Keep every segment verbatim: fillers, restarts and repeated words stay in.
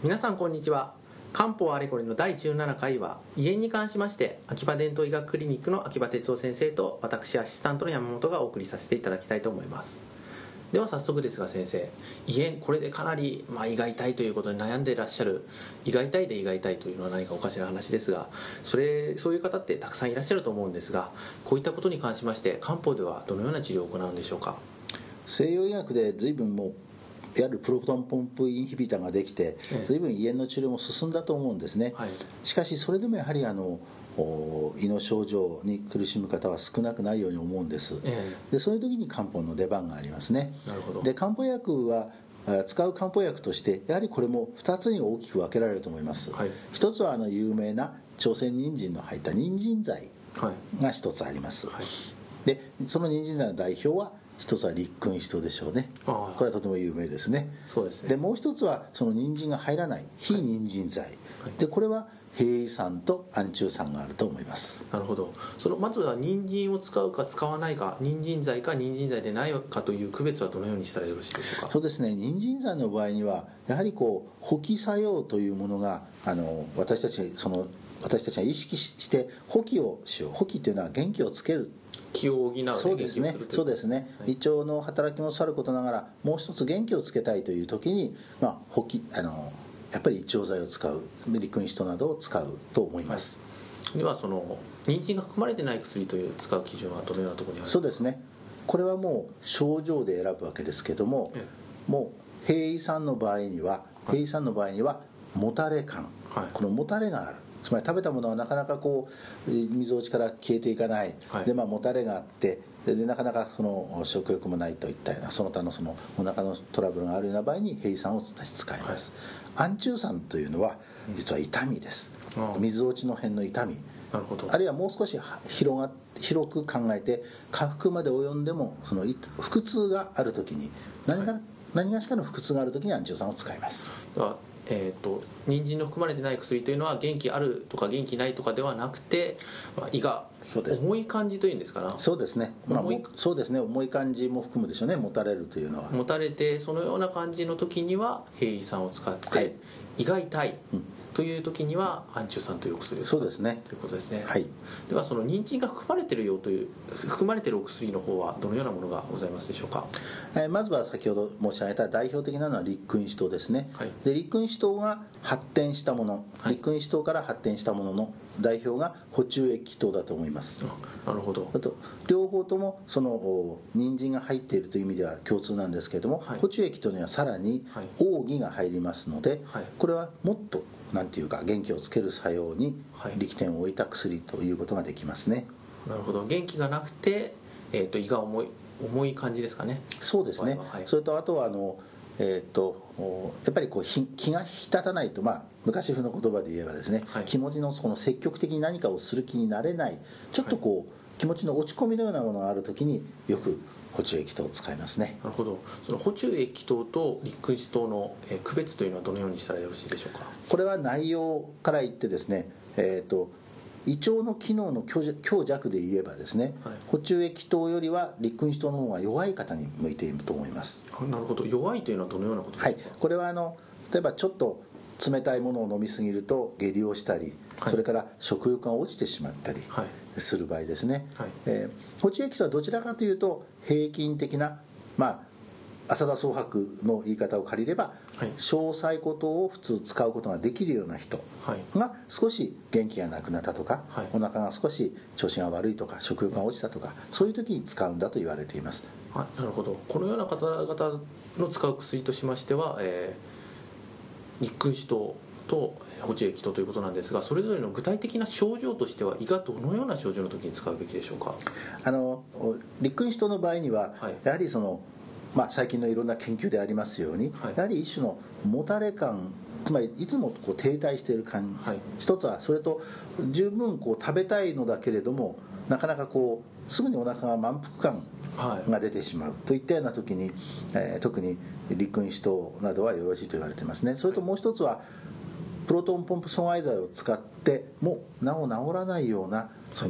皆さんこんにちは。漢方あれこれのだいじゅうななかいは胃炎に関しまして秋葉伝統医学クリニックの秋葉哲夫先生と私アシスタントの山本がお送りさせていただきたいと思います。では早速ですが先生、胃炎これでかなり、まあ、胃が痛いということに悩んでいらっしゃる、胃が痛いで胃が痛いというのは何かおかしな話ですが、それそういう方ってたくさんいらっしゃると思うんですが、こういったことに関しまして漢方ではどのような治療を行うんでしょうか。 西洋医学で随分もういわゆるプロトンポンプインヒビターができて随分胃炎の治療も進んだと思うんですね、はい、しかしそれでもやはりあの胃の症状に苦しむ方は少なくないように思うんです、えー、でそういう時に漢方の出番がありますね。 なるほど。 で漢方薬は使う漢方薬としてやはりこれもふたつに大きく分けられると思います、はい、一つはあの有名な朝鮮人参の入った人参剤が一つあります、はい、でその人参剤の代表は一つは立君子湯でしょうね。これはとても有名ですね。 そうですね。 でもう一つはその人参が入らない非人参剤、はいはい、でこれは平胃酸と安中酸があると思います。 なるほど。そのまずは人参を使うか使わないか、人参剤か人参剤でないかという区別はどのようにしたらよろしいでしょうか。 そうですね、人参剤の場合にはやはりこう補気作用というものがあの私たちその私たちが意識して補気をしよう。補気というのは元気をつける、 気を補う、 そうですね、そうですね、はい、胃腸の働きもさることながらもう一つ元気をつけたいという時に、まあ、補気あのやっぱり胃腸剤を使う、立君子湯などを使うと思います、 はい、ではその人参が含まれてない薬という使う基準はどのようなところにあるんですか。 そうですね、これはもう症状で選ぶわけですけども、ええ、もう平胃酸の場合には平胃酸の場合にはもたれ感、はい、このもたれがある、つまり食べたものはなかなかこうみぞおちから消えていかない、はい、でまあもたれがあってでなかなかその食欲もないといったようなその他のそのお腹のトラブルがあるような場合に平胃酸を使います、はい、安中酸というのは実は痛みです、うん、みぞおちの辺の痛み、 なるほど。 あるいはもう少し広が広く考えて下腹まで及んでもその腹痛があるときに何か、はい、何がしかの腹痛があるときに安中酸を使います。 えー、と人参の含まれてない薬というのは元気あるとか元気ないとかではなくて、まあ、胃が重い感じというんですかな。 そうですね、まあ、重いそうですね、重い感じも含むでしょうね。もたれるというのはもたれてそのような感じの時には平胃酸を使って、はい、胃が痛いという時には安中酸というお薬です。 そうですね、 ということですね、 はい、 ではその人参が含まれているよという含まれているお薬の方はどのようなものがございますでしょうか。 えー、まずは先ほど申し上げた代表的なのは立君子湯ですね、はい、で立君子湯が発展したもの、はい、立君子湯から発展したものの代表が補中液湯だと思います。 なるほど。 あと両方ともその人参が入っているという意味では共通なんですけれども、はい、補中液湯にはさらに奥義が入りますので、はい、これはもっとなんていうか元気をつける作用に力点を置いた薬ということができますね。 なるほど。元気がなくて、えー、と胃が重い重い感じですかね。 そうですね、はい、それとあとはあの、えー、とやっぱりこう気が浸たないと、まあ、昔風の言葉で言えばですね、はい、気持ちのその積極的に何かをする気になれないちょっとこう、はい、気持ちの落ち込みのようなものがあるときによく補中液湯を使いますね。 なるほど。その補中液湯と立君子湯の区別というのはどのようにしたらよろしいでしょうか。 これは内容から言ってですね、えー、と胃腸の機能の強弱で言えばですね、はい、補中液湯よりは立君子湯の方が弱い方に向いていると思います。 なるほど。弱いというのはどのようなことですか。 はい、これはあの例えばちょっと冷たいものを飲みすぎると下痢をしたり、はい、それから食欲が落ちてしまったりする場合ですね、はい、えー、補中液湯はどちらかというと平均的な、まあ、浅田宗白の言い方を借りれば、はい、小細骨を普通使うことができるような人が少し元気がなくなったとか、はい、お腹が少し調子が悪いとか食欲が落ちたとか、そういう時に使うんだと言われています。 はい、なるほど。このような方々の使う薬としましては、えー、立君子湯と補中液湯ということなんですが、それぞれの具体的な症状としては胃がどのような症状の時に使うべきでしょうか。 あの立君子湯の場合には、はい、やはりそのまあ、最近のいろんな研究でありますように、はい、やはり一種のもたれ感、つまりいつもこう停滞している感じ、はい、一つはそれと十分こう食べたいのだけれどもなかなかこうすぐにお腹が満腹感が出てしまうといったような時に、えー、特に立君子湯などはよろしいと言われていますね。それともう一つはプロトンポンプ阻害剤を使ってもなお治らないようなその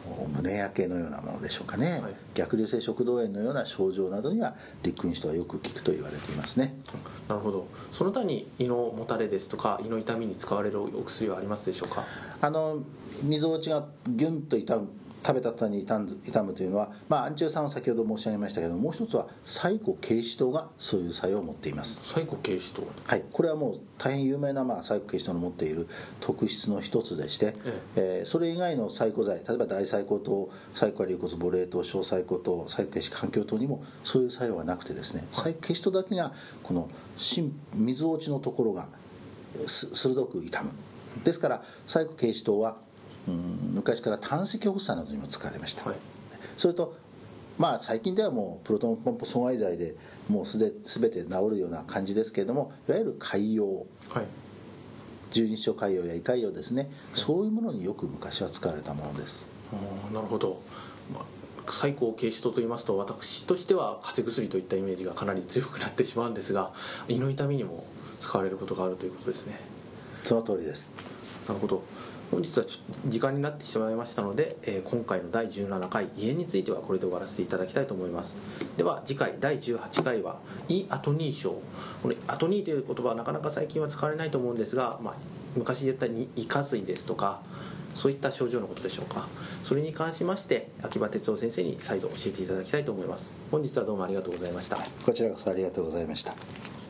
胸焼けのようなものでしょうかね、はい、逆流性食道炎のような症状などにはリクインシトがよく効くと言われていますね。 なるほど。その他に胃のもたれですとか胃の痛みに使われるお薬はありますでしょうか？ あのみぞおちがギュンと痛む、食べた途端に痛む、痛むというのは、まあ、アンチュー酸を先ほど申し上げましたけども、もう一つはサイコケイシトウがそういう作用を持っています。 サイコケイシトウ、 はい、これはもう大変有名な、まあ、サイコケイシトウの持っている特質の一つでして、えええー、それ以外のサイコ剤、例えば大サイコ糖、サイコアリウコスボレート、小サイコ糖、サイコケイシ環境糖にもそういう作用がなくてですね、はい、サイコケイシトウだけがこのみぞおちのところが鋭く痛む。ですからサイコケイシトウはうん昔から胆石発作などにも使われました、はい、それとまあ最近ではもうプロトンポンプ阻害剤でもうすで全て治るような感じですけれども、いわゆる潰瘍、はい、十二指腸潰瘍や胃潰瘍ですね、はい、そういうものによく昔は使われたものです。 あ、なるほど。まあ、サイコケイシトウと言いますと私としては風邪薬といったイメージがかなり強くなってしまうんですが、胃の痛みにも使われることがあるということですね。 その通りです。 なるほど。本日はちょっと時間になってしまいましたので、えー、今回のだいじゅうななかい胃炎についてはこれで終わらせていただきたいと思います。では次回だいじゅうはちかいは胃アトニー症。このアトニーという言葉はなかなか最近は使われないと思うんですが、まあ、昔言った胃下垂ですとかそういった症状のことでしょうか。それに関しまして秋葉哲夫先生に再度教えていただきたいと思います。本日はどうもありがとうございました。 こちらこそありがとうございました。